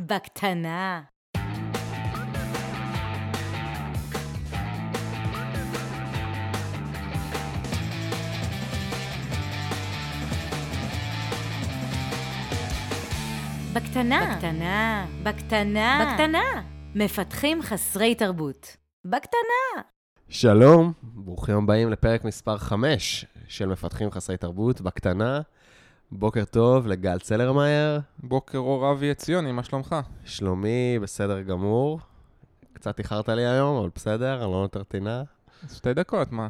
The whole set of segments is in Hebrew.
בקטנה. בקטנה. בקטנה. בקטנה. בקטנה. מפתחים חסרי תרבות. בקטנה. שלום, ברוכים הבאים לפרק מספר 5 של מפתחים חסרי תרבות, בקטנה. בוקר טוב לגל צלרמייר. בוקר אור אבי עציוני, מה שלומך? שלומי, בסדר גמור. קצת איחרת לי היום, אבל בסדר, אני לא נותר טינה. 2 דקות, מה?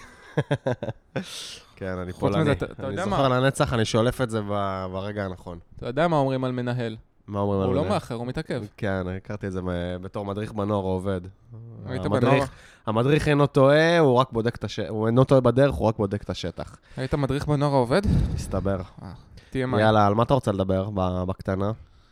כן, אני חוץ פולני. מזה, אתה אני יודע זוכר מה? לנצח, אני שולף את זה ברגע הנכון. אתה יודע מה אומרים על מנהל? מה אומרים על הוא לא זה? מאחר, הוא מתעכב. כן, הכרתי את זה בתור מדריך בנוער העובד. היית בנוער? המדריך אינו טועה, הוא רק בודק את השטח. הוא אינו טועה בדרך, הוא רק בודק את השטח. היית מדריך בנוער העובד? מסתבר. תהיה מה. יאללה, על מה אתה רוצה לדבר בקטנה?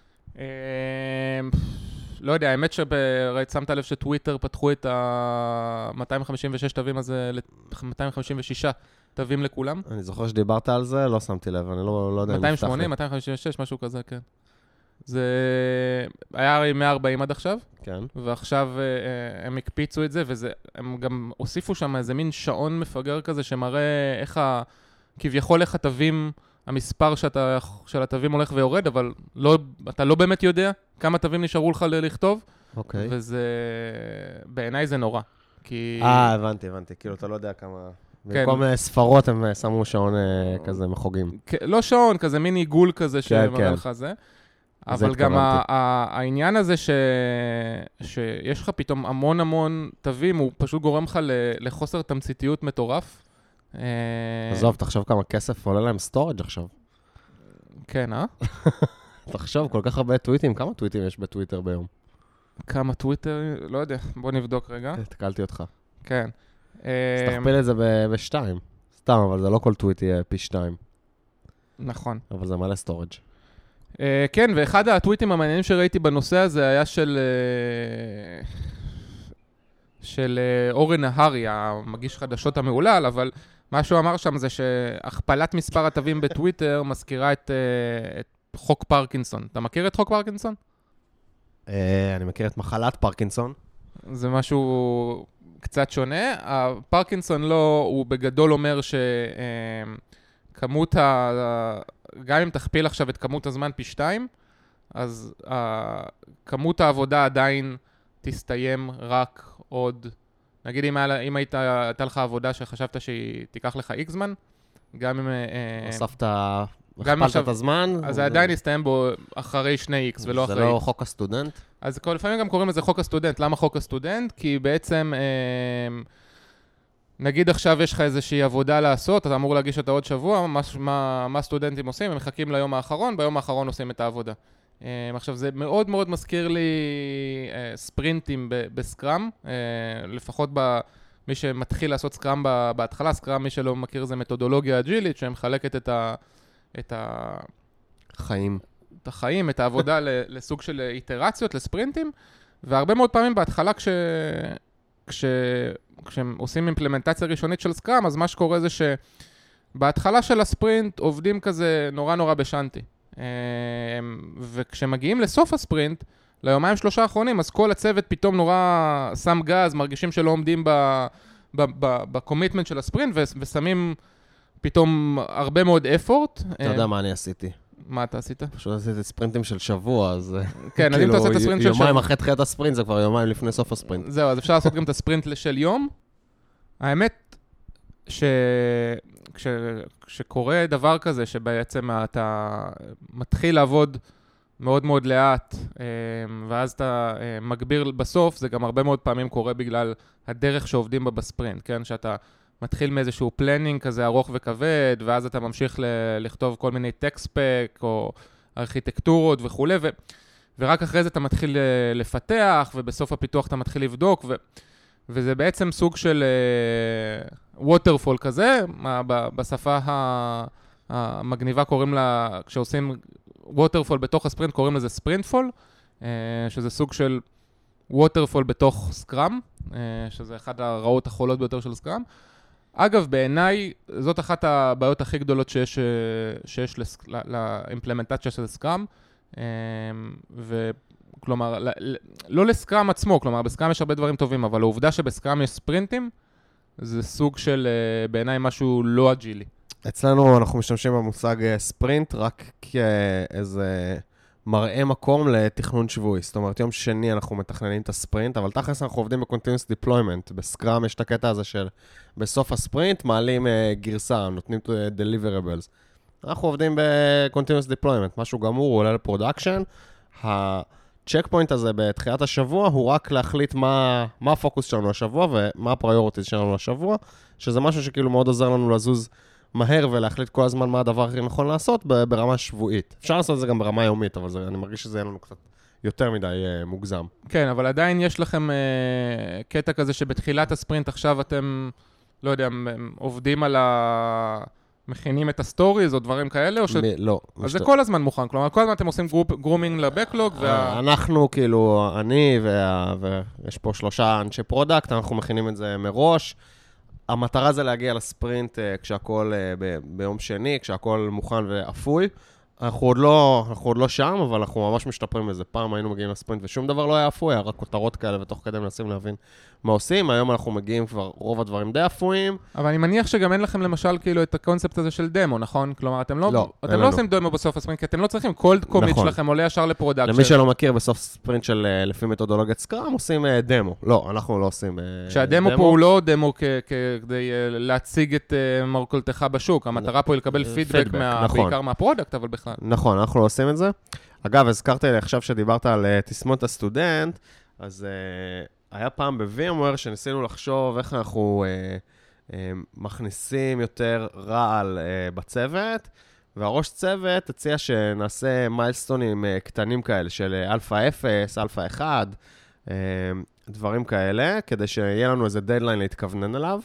לא יודע, האמת שראית, שמת לב שטוויטר פתחו את ה-256 תווים הזה, 256 תווים לכולם? אני זוכר שדיברת על זה, לא שמתי לב, אני לא יודע אם נפתח לי. 280, 256, משהו כזה, כן. זה היה 140 עד עכשיו, כן. ועכשיו הם הקפיצו את זה, והם גם הוסיפו שם איזה מין שעון מפגר כזה, שמראה כביכול איך התווים, המספר של התווים הולך ויורד, אבל אתה לא באמת יודע כמה תווים נשארו לך לכתוב, אוקיי. וזה, בעיניי זה נורא. הבנתי. כאילו, אתה לא יודע כמה... במקום ספרות הם שמו שעון כזה מחוגים. לא שעון, כזה מין עיגול כזה שמראה לך זה. אבל גם העניין הזה שיש לך פתאום המון תווים, הוא פשוט גורם לך לחוסר תמציתיות מטורף. עזוב, תחשוב כמה כסף עולה להם סטורג' עכשיו. כן, תחשוב, כל כך הרבה טוויטים, כמה טוויטים יש בטוויטר ביום? כמה טוויטר? לא יודע, בוא נבדוק רגע. תקלתי אותך. כן. אז תכפיל את זה ב2. סתם, אבל זה לא כל טוויט יהיה פי 2. נכון. אבל זה מלא סטורג'. כן, ואחד הטוויטים המעניינים שראיתי בנושא הזה היה של אורן נהרי, המגיש חדשות המעולל, אבל מה שהוא אמר שם זה שהכפלת מספר התווים בטוויטר מזכירה את חוק פרקינסון. אתה מכיר את חוק פרקינסון? אני מכיר את מחלת פרקינסון. זה משהו קצת שונה. הפרקינסון לא, הוא בגדול אומר שכמות גם אם תכפיל עכשיו את כמות הזמן פי 2, אז כמות העבודה עדיין תסתיים רק עוד, נגיד אם הייתה לך עבודה שחשבת שהיא תיקח לך X זמן, גם אם... הוספת, הכפלת את הזמן. אז זה עדיין יסתיים בו אחרי 2X ולא אחרי... זה לא חוק הסטודנט? אז לפעמים גם קוראים לזה חוק הסטודנט. למה חוק הסטודנט? כי בעצם... נגיד עכשיו יש לך איזושהי עבודה לעשות, אתה אמור להגיש אותה עוד שבוע, מה סטודנטים עושים? הם מחכים ליום האחרון, ביום האחרון עושים את העבודה. עכשיו זה מאוד מאוד מזכיר לי ספרינטים בסקראם, לפחות מי שמתחיל לעשות סקראם בהתחלה, סקראם מי שלא מכיר זה מתודולוגיה אג'ילית, שמחלקת את החיים, את העבודה לסוג של איטרציות, לספרינטים, והרבה מאוד פעמים בהתחלה כשהם עושים אימפלמנטציה ראשונית של סקראם, אז מה שקורה זה שבהתחלה של הספרינט עובדים כזה נורא בשנטי. וכשמגיעים לסוף הספרינט, ליומיים 3 האחרונים, אז כל הצוות פתאום נורא שם גז, מרגישים שלא עומדים בקומיטמנט של הספרינט, ושמים פתאום הרבה מאוד אפורט. אתה יודע מה אני עשיתי. מה אתה עשית? פשוט עשיתי ספרינטים של שבוע, אז כן, אז אם אתה עושה את הספרינט של שבוע... יומיים אחרי תחילת הספרינט, זה כבר יומיים לפני סוף הספרינט. זהו, אז אפשר לעשות גם את הספרינט של יום. האמת שקורה דבר כזה, שבעצם אתה מתחיל לעבוד מאוד מאוד לאט, ואז אתה מגביר בסוף, זה גם הרבה מאוד פעמים קורה בגלל הדרך שעובדים בה בספרינט, כן? שאתה מתחיל מאיזשהו פלנינג כזה ארוך וכבד, ואז אתה ממשיך לכתוב כל מיני טקסט-ספק, או ארכיטקטורות וכו', ורק אחרי זה אתה מתחיל לפתח, ובסוף הפיתוח אתה מתחיל לבדוק, וזה בעצם סוג של ווטרפול כזה, בשפה המגניבה קוראים לה, כשעושים ווטרפול בתוך הספרינט, קוראים לזה ספרינטפול, שזה סוג של ווטרפול בתוך סקראם, שזה אחד הרעות החולות ביותר של סקראם. אגב, בעיניי, זאת אחת הבעיות הכי גדולות שיש לאימפלמנטציה של סקראם, כלומר, לא לסקראם עצמו, כלומר, בסקראם יש הרבה דברים טובים, אבל העובדה שבסקראם יש ספרינטים, זה סוג של בעיניי משהו לא אג'ילי. אצלנו אנחנו משתמשים במושג ספרינט רק כאיזה מראה מקום לתכנון שבועי. זאת אומרת, יום שני אנחנו מתכננים את הספרינט, אבל תכלס אנחנו עובדים ב-Continuous Deployment. בסקראם יש את הקטע הזה של בסוף הספרינט מעלים גרסה, נותנים deliverables. אנחנו עובדים ב-Continuous Deployment, משהו גמור, הוא עולה לפרודקשן. הצ'ק פוינט הזה בתחילת השבוע הוא רק להחליט מה הפוקוס שלנו לשבוע ומה הפריוריטיז שלנו לשבוע, שזה משהו שכאילו מאוד עוזר לנו לזוז מהר ולהחליט כל הזמן מה הדבר הכי נכון לעשות ברמה שבועית. אפשר לעשות את זה גם ברמה יומית, אבל אני מרגיש שזה יהיה לנו קצת יותר מדי מוגזם. כן, אבל עדיין יש לכם קטע כזה שבתחילת הספרינט עכשיו אתם, לא יודע, עובדים על מכינים את הסטוריז או דברים כאלה, או לא. אז זה כל הזמן מוכן, כלומר, כל הזמן אתם עושים גרומינג לבקלוג, אנחנו כאילו, אני ויש פה 3 אנשי פרודקט, אנחנו מכינים את זה מראש. המטרה זה להגיע לספרינט כשהכל ביום שני, כשהכל מוכן ואפוי. אנחנו עוד לא שם, אבל אנחנו ממש משתפרים בזה. פעם היינו מגיעים לספרינט ושום דבר לא היה אפוי, היה רק כותרות כאלה ותוך כדי מנסים להבין מה עושים. היום אנחנו מגיעים כבר רוב הדברים די אפויים. אבל אני מניח שגם אין לכם למשל כאילו את הקונספט הזה של דמו, נכון? כלומר, אתם לא עושים דמו בסוף הספרינט, כי אתם לא צריכים, כל קומיט שלכם עולה ישר לפרודקשן. למי שלא מכיר, בסוף ספרינט של לפי מתודולוגיית סקראם עושים דמו. לא, אנחנו לא עושים שהדמו פה הוא לא דמו כדי להציג את מרכולתך בשוק. המטרה פה היא לקבל פידבק בעיקר מהפרודקט, אבל בכלל. נכון, אנחנו לא עושים את זה. אגב, הזכרת לי עכשיו שדיברת על תסמונת הסטודנט, אז היה פעם ב-VMware שניסינו לחשוב איך אנחנו מכניסים יותר רעל בצוות, והראש צוות הציע שנעשה מיילסטונים קטנים כאלה של אלפא 0, אלפא 1, דברים כאלה, כדי שיהיה לנו איזה דדליין להתכוונן עליו,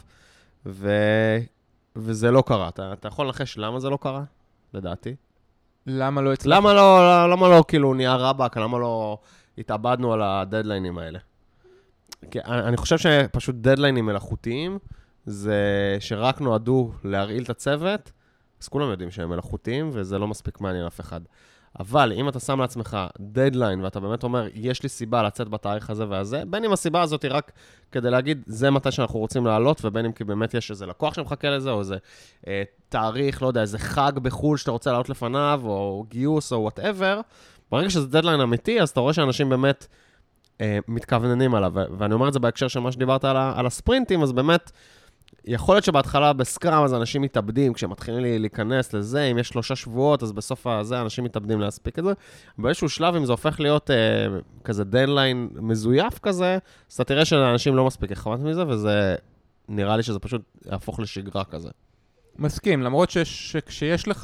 וזה לא קרה. אתה יכול לנחש למה זה לא קרה, לדעתי? למה לא הצלחת? למה לא כאילו נהיה רבק, למה לא התאבדנו על הדדליינים האלה? כי אני חושב שפשוט דדליינים מלאכותיים, זה שרק נועדו להרעיל את הצוות, אז כולם יודעים שהם מלאכותיים, וזה לא מספיק מעניין אף אחד. אבל אם אתה שם לעצמך דדליין, ואתה באמת אומר, יש לי סיבה לצאת בתאריך הזה והזה, בין אם הסיבה הזאת היא רק כדי להגיד, זה מתי שאנחנו רוצים לעלות, ובין אם כי באמת יש איזה לקוח שמחכה לזה, או איזה תאריך, לא יודע, איזה חג בחול שאתה רוצה לעלות לפניו, או גיוס, או whatever, ברגע שזה דדליין אמיתי, אז אתה רואה שאנשים באמת מתכווננים עליו, ואני אומר את זה בהקשר של מה שדיברת על הספרינטים, אז באמת, יכול להיות שבהתחלה בסקראם אז אנשים מתאבדים, כשהם מתחילים להיכנס לזה, אם יש 3 שבועות, אז בסוף הזה אנשים מתאבדים להספיק את זה. באיזשהו שלב, אם זה הופך להיות כזה דדליין מזויף כזה, אז אתה תראה שאנשים לא מספיק אכפת מזה, וזה נראה לי שזה פשוט יהפוך לשגרה כזה. מסכים, למרות שכשיש לך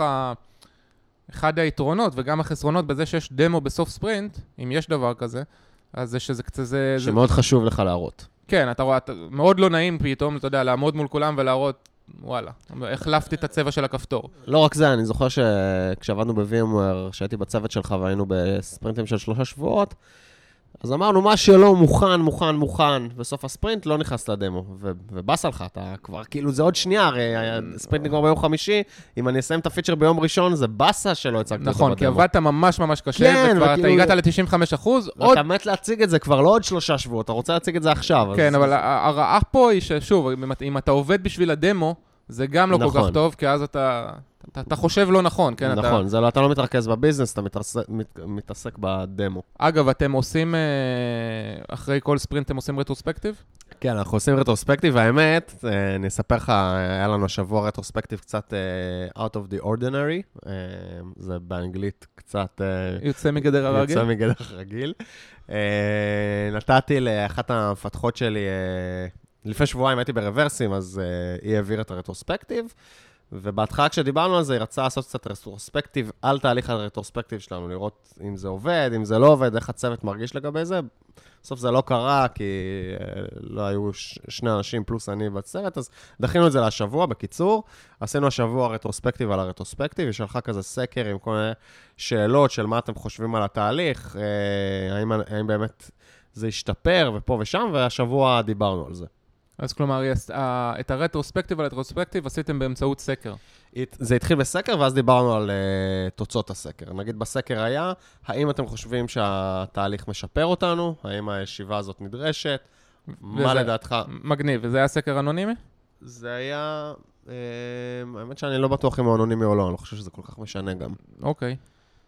אחד היתרונות וגם החסרונות בזה שיש דמו בסוף ספרינט, אם יש דבר כזה, אז זה שזה קצת זה... שמאוד חשוב לך להראות. כן, אתה רואה, מאוד לא נעים פתאום, אתה יודע, לעמוד מול כולם ולהראות, וואלה, החלפתי את הצבע של הכפתור. לא רק זה, אני זוכר שכשעבדנו ב-VMware, שהייתי בצוות שלך והיינו בספרינטים של 3 שבועות, אז אמרנו, מה שלא מוכן, בסוף הספרינט לא נכנס לדמו, ובאס עליך, אתה כבר, כאילו זה עוד שנייה, הרי הספרינט נגמר ביום חמישי, אם אני אסיים את הפיצ'ר ביום ראשון, זה באסה שלא הצגתי אותו בדמו. נכון, כי עבדת ממש קשה, וכבר אתה הגעת ל-95%, אתה מת להציג את זה כבר לא עוד 3 שבועות, אתה רוצה להציג את זה עכשיו. כן, אבל הרעה פה היא ששוב, אם אתה עובד בשביל הדמו, זה גם לא כל כך טוב, כי אז אתה חושב לא נכון, כן? נכון, אתה לא מתרכז בביזנס, אתה מתעסק בדמו. אגב, אתם עושים, אחרי כל ספרינט, אתם עושים רטרוספקטיב? כן, אנחנו עושים רטרוספקטיב, והאמת, אני אספר לך, היה לנו השבוע רטרוספקטיב קצת out of the ordinary, זה באנגלית קצת... יוצא מגדר הרגיל? יוצא מגדר הרגיל. נתתי לאחת המפתחות שלי, לפני שבועיים הייתי ברוורסים, אז היא העבירה את הרטרוספקטיב, ובהתחלה כשדיברנו על זה, היא רצה לעשות קצת רטרוספקטיב על תהליך הרטרוספקטיב שלנו, לראות אם זה עובד, אם זה לא עובד, איך הצוות מרגיש לגבי זה. בסוף זה לא קרה, כי לא היו 2 אנשים פלוס אני בצוות, אז דחינו את זה לשבוע, בקיצור. עשינו השבוע רטרוספקטיב על הרטרוספקטיב, היא שלחה כזה סקר עם כל מיני שאלות של מה אתם חושבים על התהליך, האם באמת זה השתפר ופה ושם, והשבוע דיברנו על זה. אז כלומר, את הרטרוספקטיב והרטרוספקטיב עשיתם באמצעות סקר. זה התחיל בסקר, ואז דיברנו על תוצאות הסקר. נגיד בסקר היה, האם אתם חושבים שהתהליך משפר אותנו? האם הישיבה הזאת נדרשת? מה לדעתך? מגניב, וזה היה סקר אנונימי? זה היה... האמת שאני לא בטוח אם הוא אנונימי או לא, אני לא חושב שזה כל כך משנה גם. אוקיי.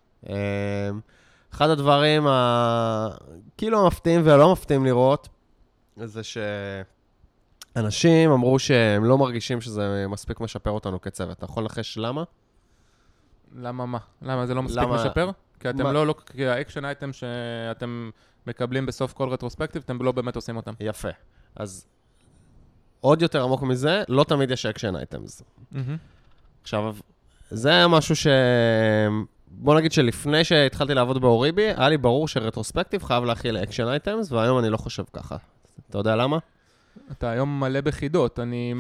אחד הדברים כאילו המפתיעים ולא מפתיעים לראות, זה שאנשים אמרו שהם לא מרגישים שזה מספיק משפר אותנו כצוות. אתה יכול לנחש למה? למה מה? למה זה לא מספיק משפר? כי אתם לא, כי האקשן אייטם שאתם מקבלים בסוף כל רטרוספקטיב, אתם לא באמת עושים אותם. יפה. אז עוד יותר עמוק מזה, לא תמיד יש אקשן אייטמס. עכשיו, זה היה משהו בוא נגיד שלפני שהתחלתי לעבוד באוריבי, היה לי ברור שרטרוספקטיב חייב להכיל אקשן אייטמס, והיום אני לא חושב ככה. אתה יודע למה? אתה היום מלא בחידות. אני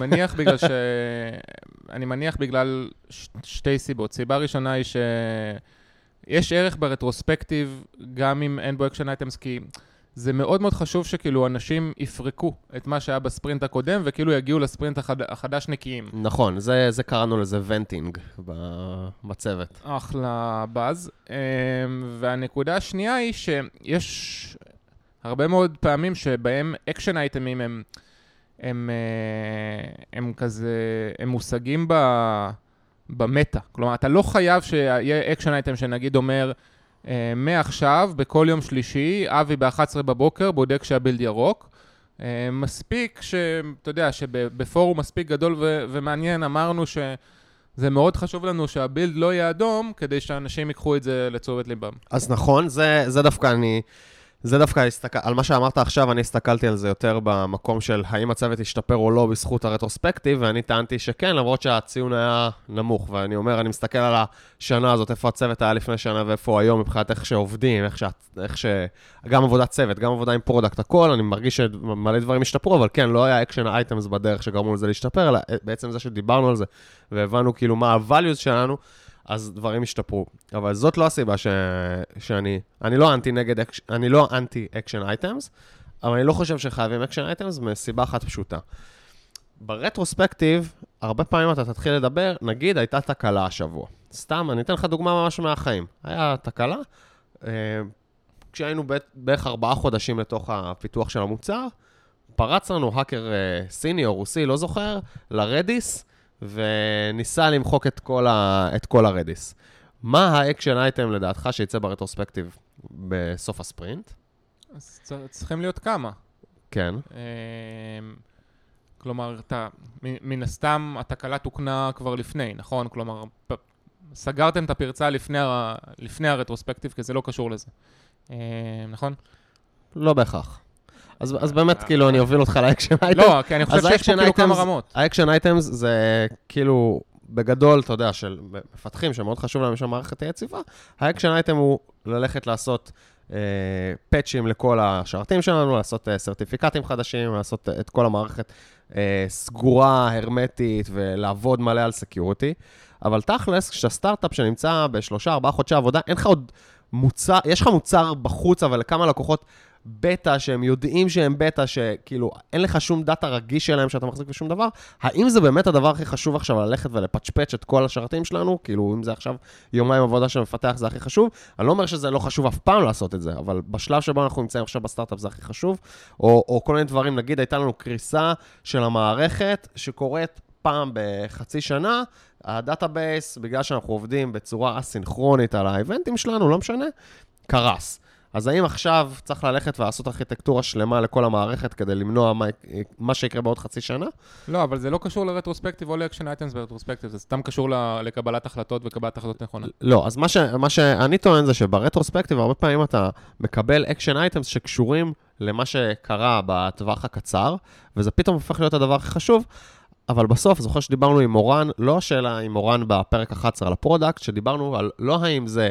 מניח בגלל שתי סיבות. סיבה ראשונה היא שיש ערך ברטרוספקטיב, גם אם אין בו אקשן אייטמס, כי זה מאוד מאוד חשוב שכאילו אנשים יפרקו את מה שהיה בספרינט הקודם, וכאילו יגיעו לספרינט החדש נקיים. נכון, זה קראנו לזה ונטינג בצוות. אחלה באז. והנקודה השנייה היא שיש הרבה מאוד פעמים שבהם אקשן אייטמים הם כזה, הם מושגים במטה. כלומר, אתה לא חייב שיהיה אקשן אייטם שנגיד אומר, מעכשיו, בכל יום שלישי, אבי ב-11 בבוקר בודק שהבילד ירוק. מספיק אתה יודע, שבפורום מספיק גדול ומעניין, אמרנו שזה מאוד חשוב לנו שהבילד לא יהיה אדום, כדי שאנשים ייקחו את זה לתשומת ליבם. אז נכון, זה דווקא על מה שאמרת עכשיו, אני הסתכלתי על זה יותר במקום של האם הצוות ישתפר או לא בזכות הרטרוספקטיב, ואני טענתי שכן, למרות שהציון היה נמוך, ואני אומר, אני מסתכל על השנה הזאת, איפה הצוות היה לפני שנה ואיפה הוא היום, מבחינת איך שעובדים, גם עבודת צוות, גם עבודה עם פרודקט, הכל, אני מרגיש שמלא דברים השתפרו, אבל כן, לא היה אקשן אייטמס בדרך שגרמו לזה להשתפר, אלא בעצם זה שדיברנו על זה, והבנו כאילו מה ה-values שלנו, אז דברים השתפרו. אבל זאת לא הסיבה אני לא אנטי אקשן אייטמס, אבל אני לא חושב שחייבים אקשן אייטמס מסיבה אחת פשוטה. ברטרוספקטיב, הרבה פעמים אתה תתחיל לדבר, נגיד הייתה תקלה השבוע. סתם, אני אתן לך דוגמה ממש מהחיים. היה תקלה, כשהיינו בערך 4 חודשים לתוך הפיתוח של המוצר, פרץ לנו האקר סיני או רוסי, לא זוכר, לרדיס, וניסה למחוק את כל הרדיס. מה האקשן אייטם לדעתך שיצא ברטרוספקטיב בסוף הספרינט? אז צריכים להיות כמה. כן. כלומר, מן הסתם התקלה תוקנה כבר לפני, נכון? כלומר, סגרתם את הפרצה לפני הרטרוספקטיב, כי זה לא קשור לזה. נכון? לא בהכרח. אז באמת, כאילו, אני אוביל אותך לאקשן אייטם. לא, כי אני חושב שיש פה כאילו כמה רמות. האקשן אייטמס זה כאילו, בגדול, אתה יודע, של מפתחים, שמאוד חשוב להם שהמערכת תהיה יציבה, האקשן אייטם הוא ללכת לעשות פאצ'ים לכל השרתים שלנו, לעשות סרטיפיקטים חדשים, לעשות את כל המערכת סגורה, הרמטית, ולעבוד מלא על סקיוריטי. אבל תכלס, כשאתה סטארט-אפ שנמצא ב3-4 חודשי עבודה, אין לך עוד מוצר, יש לך מוצר בחוץ, אבל לכמה לקוחות בטא, שהם יודעים שהם בטא, שכאילו אין לך שום דאטה רגיש שלהם שאתה מחזיק בשום דבר, האם זה באמת הדבר הכי חשוב עכשיו ללכת ולפצ'פץ' את כל השרתים שלנו? כאילו, אם זה עכשיו יומיים עבודה שמפתח, זה הכי חשוב. אני לא אומר שזה לא חשוב אף פעם לעשות את זה, אבל בשלב שבו אנחנו נמצאים עכשיו בסטארט-אפ זה הכי חשוב, או כל מיני דברים, נגיד, הייתה לנו קריסה של המערכת שקורית פעם בחצי שנה, הדאטאבייס, בגלל שאנחנו עובדים בצורה אסינכרונית על האיבנטים שלנו, לא משנה, קרס. אז האם עכשיו צריך ללכת ולעשות ארכיטקטורה שלמה לכל המערכת כדי למנוע מה שיקרה בעוד חצי שנה? לא, אבל זה לא קשור לרטרוספקטיב או לאקשן אייטמס ברטרוספקטיב, זה סתם קשור לקבלת החלטות וקבלת החלטות נכונה. לא, אז מה שאני טוען זה שברטרוספקטיב הרבה פעמים אתה מקבל אקשן אייטמס שקשורים למה שקרה בטווח הקצר, וזה פתאום הופך להיות הדבר הכי חשוב, אבל בסוף, זוכר שדיברנו עם מורן, לא השאלה עם מורן בפרק 11 על הפרודקט, שדיברנו על לא האם זה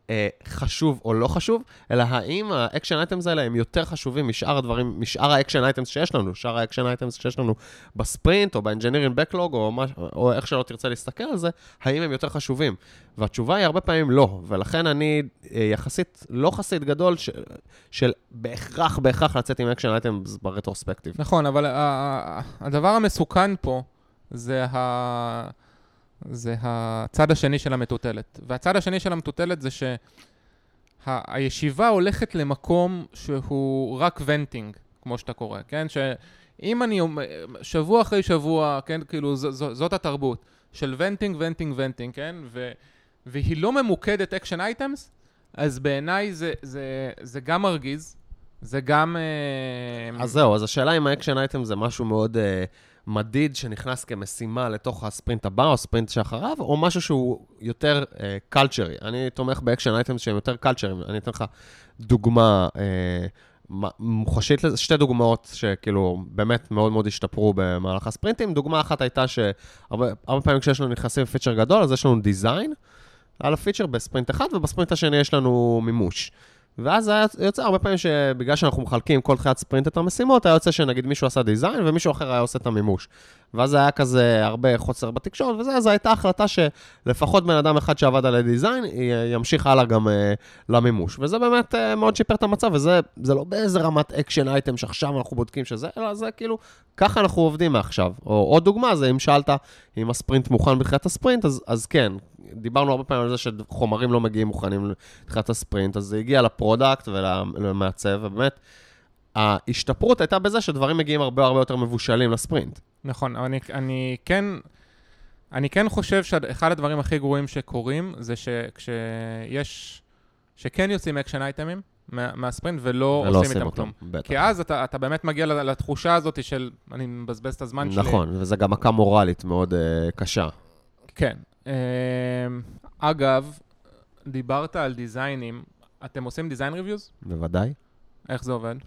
חשוב או לא חשוב, אלא האם האקשן אייטמס האלה הם יותר חשובים משאר הדברים, משאר האקשן אייטמס שיש לנו, שאר האקשן אייטמס שיש לנו בספרינט, או באנג'ינירינג בקלוג, או איך שלא תרצה להסתכל על זה, האם הם יותר חשובים? והתשובה היא הרבה פעמים לא, ולכן אני יחסית, לא חסיד גדול של בהכרח לצאת עם אקשן אייטמס ברטרוספקטיב. נכון, אבל הדבר המסוכן פה זה הצד השני של המטוטלת. והצד השני של המטוטלת זה שהישיבה הולכת למקום שהוא רק ונטינג, כמו שאתה קורא, כן? שאם אני שבוע אחרי שבוע, כן? כאילו זאת התרבות של ונטינג, כן? והיא לא ממוקדת אקשן אייטמס, אז בעיניי זה גם מרגיז, זה גם... אז זהו, אז השאלה אם האקשן אייטם זה משהו מאוד מדיד שנכנס כמשימה לתוך הספרינט הבא או הספרינט שאחריו, או משהו שהוא יותר קלצ'רי. אני תומך באקשן אייטם שהם יותר קלצ'רים. אני אתן לך דוגמה מוחשית לזה, שתי דוגמאות שכאילו באמת מאוד מאוד השתפרו במהלך הספרינטים. דוגמה אחת הייתה שהרבה פעמים כשיש לנו נכנסים פיצ'ר גדול, אז יש לנו דיזיין על הפיצ'ר בספרינט אחד, ובספרינט השני יש לנו מימוש. ואז היה יוצא הרבה פעמים שבגלל שאנחנו מחלקים כל תחילת ספרינט את המשימות, היה יוצא שנגיד מישהו עשה דיזיין ומישהו אחר היה עושה את המימוש. ואז היה כזה הרבה חוסר בתקשורת, וזה, אז הייתה החלטה שלפחות בן אדם אחד שעבד על הדיזיין, ימשיך הלאה גם למימוש. וזה באמת מאוד שיפר את המצב, וזה לא באיזה רמת אקשן אייטם שעכשיו אנחנו בודקים שזה, אלא זה כאילו, ככה אנחנו עובדים מעכשיו. או עוד דוגמה, זה אם שאלת אם הספרינט מוכן בתחילת הספרינט, אז כן, דיברנו הרבה פעמים על זה שחומרים לא מגיעים מוכנים לתחילת הספרינט, אז זה הגיע לפרודקט ולמעצב, ובאמת, ההשתפרות הייתה בזה שדברים מגיעים הרבה יותר מבושלים לספרינט. נכון, אבל אני כן חושב שאחד הדברים הכי גרועים שקורים, זה שכן יוצאים אקשן אייטמים מהספרינט ולא עושים איתם כלום. כי אז אתה באמת מגיע לתחושה הזאת של אני מבזבז את הזמן שלי. נכון, וזה גם מכה מורלית מאוד קשה. כן. אגב, דיברת על דיזיינים, אתם עושים דיזיין ריוויוז? בוודאי. איך זה עובד?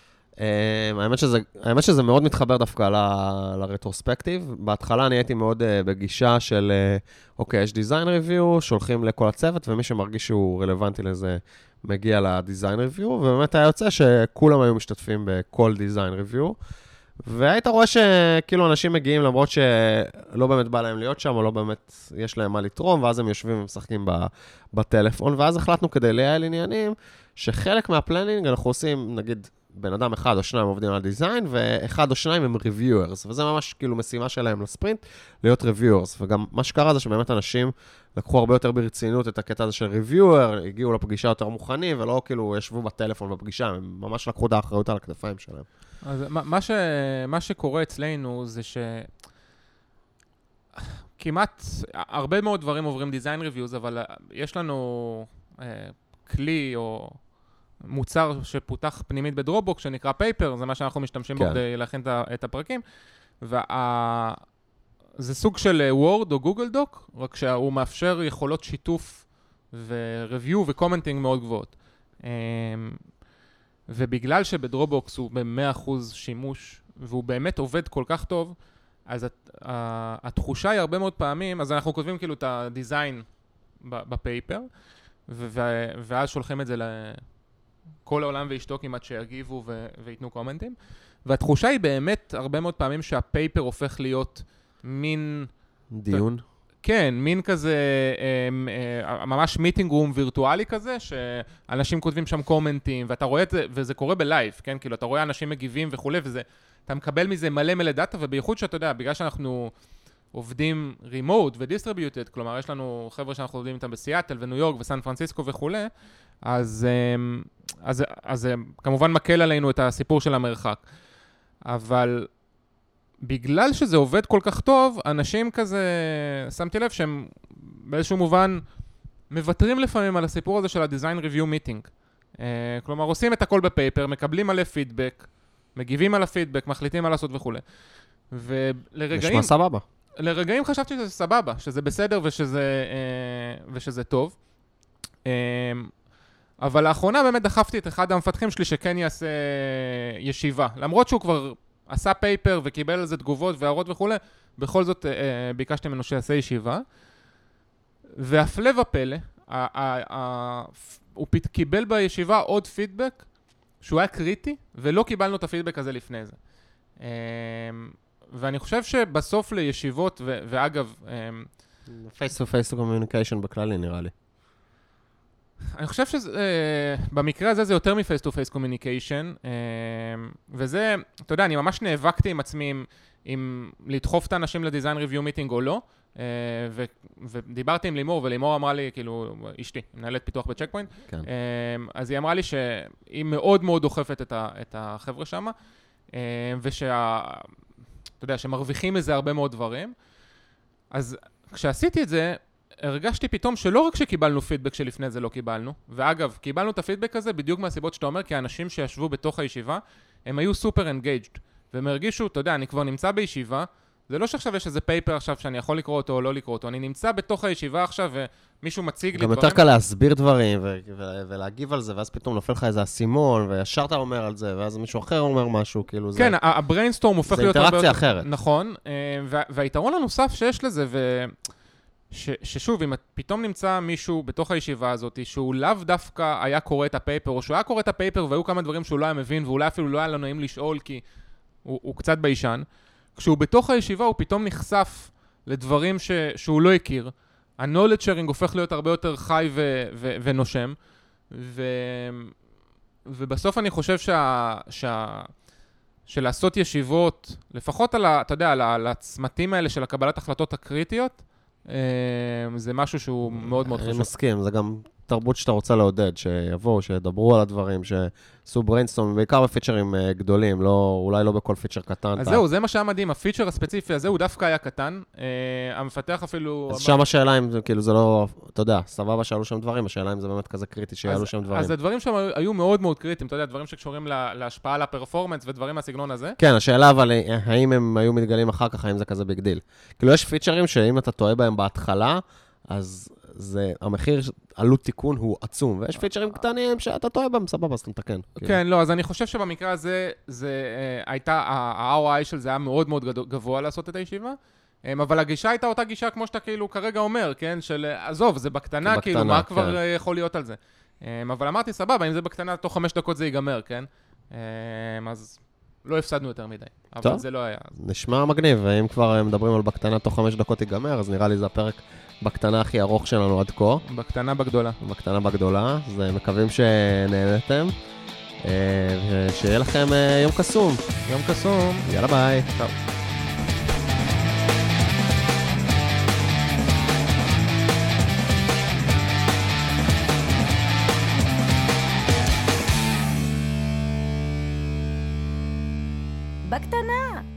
האמת שזה מאוד מתחבר דווקא לרטרוספקטיב. בהתחלה אני הייתי מאוד בגישה של, אוקיי, יש דיזיין ריוויו, שולחים לכל הצוות, ומי שמרגיש שהוא רלוונטי לזה מגיע לדיזיין ריוויו, ובאמת היה יוצא שכולם היו משתתפים בכל דיזיין ריוויו, והיית רואה שכאילו אנשים מגיעים למרות שלא באמת בא להם להיות שם, או לא באמת יש להם מה לתרום, ואז הם יושבים ומשחקים בטלפון, ואז החלטנו כדי לייעל עניינים, שחלק מהפלנינג אנחנו עושים, נגיד, בן אדם אחד או שניים עובדים על דיזיין, ואחד או שניים הם reviewers, וזה ממש כאילו משימה שלהם לספרינט, להיות reviewers, וגם מה שקרה זה שבאמת אנשים לקחו הרבה יותר ברצינות את הקטע הזה של reviewer, הגיעו לפגישה יותר מוכנים, ולא כאילו ישבו בטלפון בפגישה, הם ממש לקחו את האחריות על הכתפיים שלהם. אז מה שקורה אצלנו זה כמעט הרבה מאוד דברים עוברים דיזיין ריוויוז, אבל יש לנו כלי או מוצר שפותח פנימית בדרופבוקס, שנקרא פייפר, זה מה שאנחנו משתמשים בו כדי להכין את הפרקים, זה סוג של וורד או גוגל דוק, רק שהוא מאפשר יכולות שיתוף וריוויו וקומנטינג מאוד גבוהות. ובגלל שבדרופבוקס הוא ב-100% שימוש, והוא באמת עובד כל כך טוב, אז התחושה היא הרבה מאוד פעמים, אז אנחנו כותבים כאילו את הדיזיין בפייפר, ואז שולחים את זה לכל העולם ואשתו כמעט שיגיבו ויתנו קומנטים, והתחושה היא באמת הרבה מאוד פעמים שהפייפר הופך להיות מין... דיון? כן, מין כזה, ממש מיטינג רום וירטואלי כזה, שאנשים כותבים שם קומנטים, ואתה רואה את זה, וזה קורה בלייב, כן? כאילו, אתה רואה אנשים מגיבים וכו', וזה, אתה מקבל מזה מלא דאטה, ובייחוד שאתה יודע, בגלל שאנחנו עובדים רימוט ודיסטריביוטד, כלומר, יש לנו חבר'ה שאנחנו עובדים איתם בסיאטל וניו יורק וסן פרנסיסקו וכו', אז כמובן מקל עלינו את הסיפור של המרחק. אבל בגלל שזה עובד כל כך טוב, אנשים כזה, שמתי לב שהם באיזשהו מובן מוותרים לפעמים על הסיפור הזה של ה-Design Review Meeting. כלומר, עושים את הכל בפייפר, מקבלים מלא פידבק, מגיבים על הפידבק, מחליטים מה לעשות וכו'. ולרגעים... נשמע סבבה. לרגעים חשבתי שזה סבבה, שזה בסדר ושזה טוב. אבל לאחרונה באמת דחפתי את אחד המפתחים שלי שכן יעשה ישיבה. למרות שהוא כבר עשה פייפר וקיבל על זה תגובות והערות וכו', בכל זאת ביקשתי ממנו שיעשה ישיבה. והפלא ופלא, הוא קיבל בישיבה עוד פידבק שהוא היה קריטי, ולא קיבלנו את הפידבק הזה לפני זה. ואני חושב שבסוף לישיבות, ואגב... face-to-face communication בכללי, נראה לי. אני חושב שבמקרה הזה זה יותר מ-face-to-face communication, וזה, אתה יודע, אני ממש נאבקתי עם עצמי עם לדחוף את האנשים לדיזיין ריוויו מיטינג או לא, ודיברתי עם לימור, ולימור אמרה לי, כאילו, אשתי, מנהלת פיתוח בצ'ק פוינט, אז היא אמרה לי שהיא מאוד מאוד דוחפת את החבר'ה שם, אתה יודע, שמרוויחים מזה הרבה מאוד דברים. אז כשעשיתי את זה, הרגשתי פתאום שלא רק שקיבלנו פידבק שלפני זה לא קיבלנו, ואגב, קיבלנו את הפידבק הזה בדיוק מהסיבות שאתה אומר, כי האנשים שישבו בתוך הישיבה, הם היו סופר אנגייג'ד, והם הרגישו, אתה יודע, אני כבר נמצא בישיבה, זה לא שעכשיו יש איזה פייפר עכשיו שאני יכול לקרוא אותו או לא לקרוא אותו, אני נמצא בתוך הישיבה עכשיו ומישהו מציג לי דברים. גם יותר קל להסביר דברים ולהגיב על זה, ואז פתאום נופל לך איזה אסימון, וישר אתה אומר על זה, ואז מישהו אחר אומר משהו, כאילו זה... כן, הבריינסטורם הופך להיות... זה אינטראקציה אחרת. נכון, והיתרון הנוסף שיש לזה, ששוב, אם פתאום נמצא מישהו בתוך הישיבה הזאת, שהוא לאו דווקא היה קורא את הפייפר, או שהוא היה קורא את הפייפר, והיו כמה דברים שהוא לא היה מבין, ואולי אפילו לא היה לו נעים לשאול, כי הוא קצת ביישן. כשהוא בתוך הישיבה, הוא פתאום נחשף לדברים שהוא לא הכיר. ה-knowledge sharing הופך להיות הרבה יותר חי ונושם. ובסוף אני חושב שלעשות ישיבות, לפחות אתה יודע, על הצמתים האלה של הקבלת החלטות הקריטיות, זה משהו שהוא מאוד מאוד חשוב. אני מסכים, זה גם תרבות שאתה רוצה לעודד, שיבואו, שידברו על הדברים, שעשו בריינסטורם, בעיקר בפיצ'רים גדולים, אולי לא בכל פיצ'ר קטן. אז זהו, זה מה שהיה מדהים, הפיצ'ר הספציפי הזה הוא דווקא היה קטן, המפתח אפילו... אז שם השאלה אם זה, כאילו זה לא, אתה יודע, סבבה שעלו שם דברים, השאלה אם זה באמת כזה קריטי שיעלו שם דברים. אז הדברים שם היו מאוד מאוד קריטיים, אתה יודע, דברים שקשורים להשפעה על הפרפורמנס ודברים מהסגנון הזה. כן, השאלה אבל האם הם היו מתגלים אחר כך, האם זה כזה ביג דיל. כאילו יש פיצ'רים שאם אתה טועה בהם בהתחלה, אז המחיר עלות תיקון הוא עצום, ויש פיצ'רים קטנים שאתה טועה בהם, סבבה, אז אתה מתקן. כן, לא, אז אני חושב שבמקרה הזה, ה-ROI של זה היה מאוד מאוד גבוה לעשות את הישיבה, אבל הגישה הייתה אותה גישה כמו שאתה כאילו כרגע אומר, כן, של עזוב, זה בקטנה, כאילו, מה כבר יכול להיות על זה? אבל אמרתי, סבבה, אם זה בקטנה, תוך 5 דקות זה ייגמר, כן? אז לא הפסדנו יותר מדי, אבל זה לא היה. נשמע מגניב, ואם כבר מדברים על בקטנה, תוך 5 דקות ייגמר, אז נראה לי זה הפרק בקטנה הכי ארוך שלנו עד כה. בקטנה בגדולה. בקטנה בגדולה, אז מקווים שנהנתם, ושיהיה לכם יום קסום. יום קסום. יאללה ביי. טוב. בקטנה.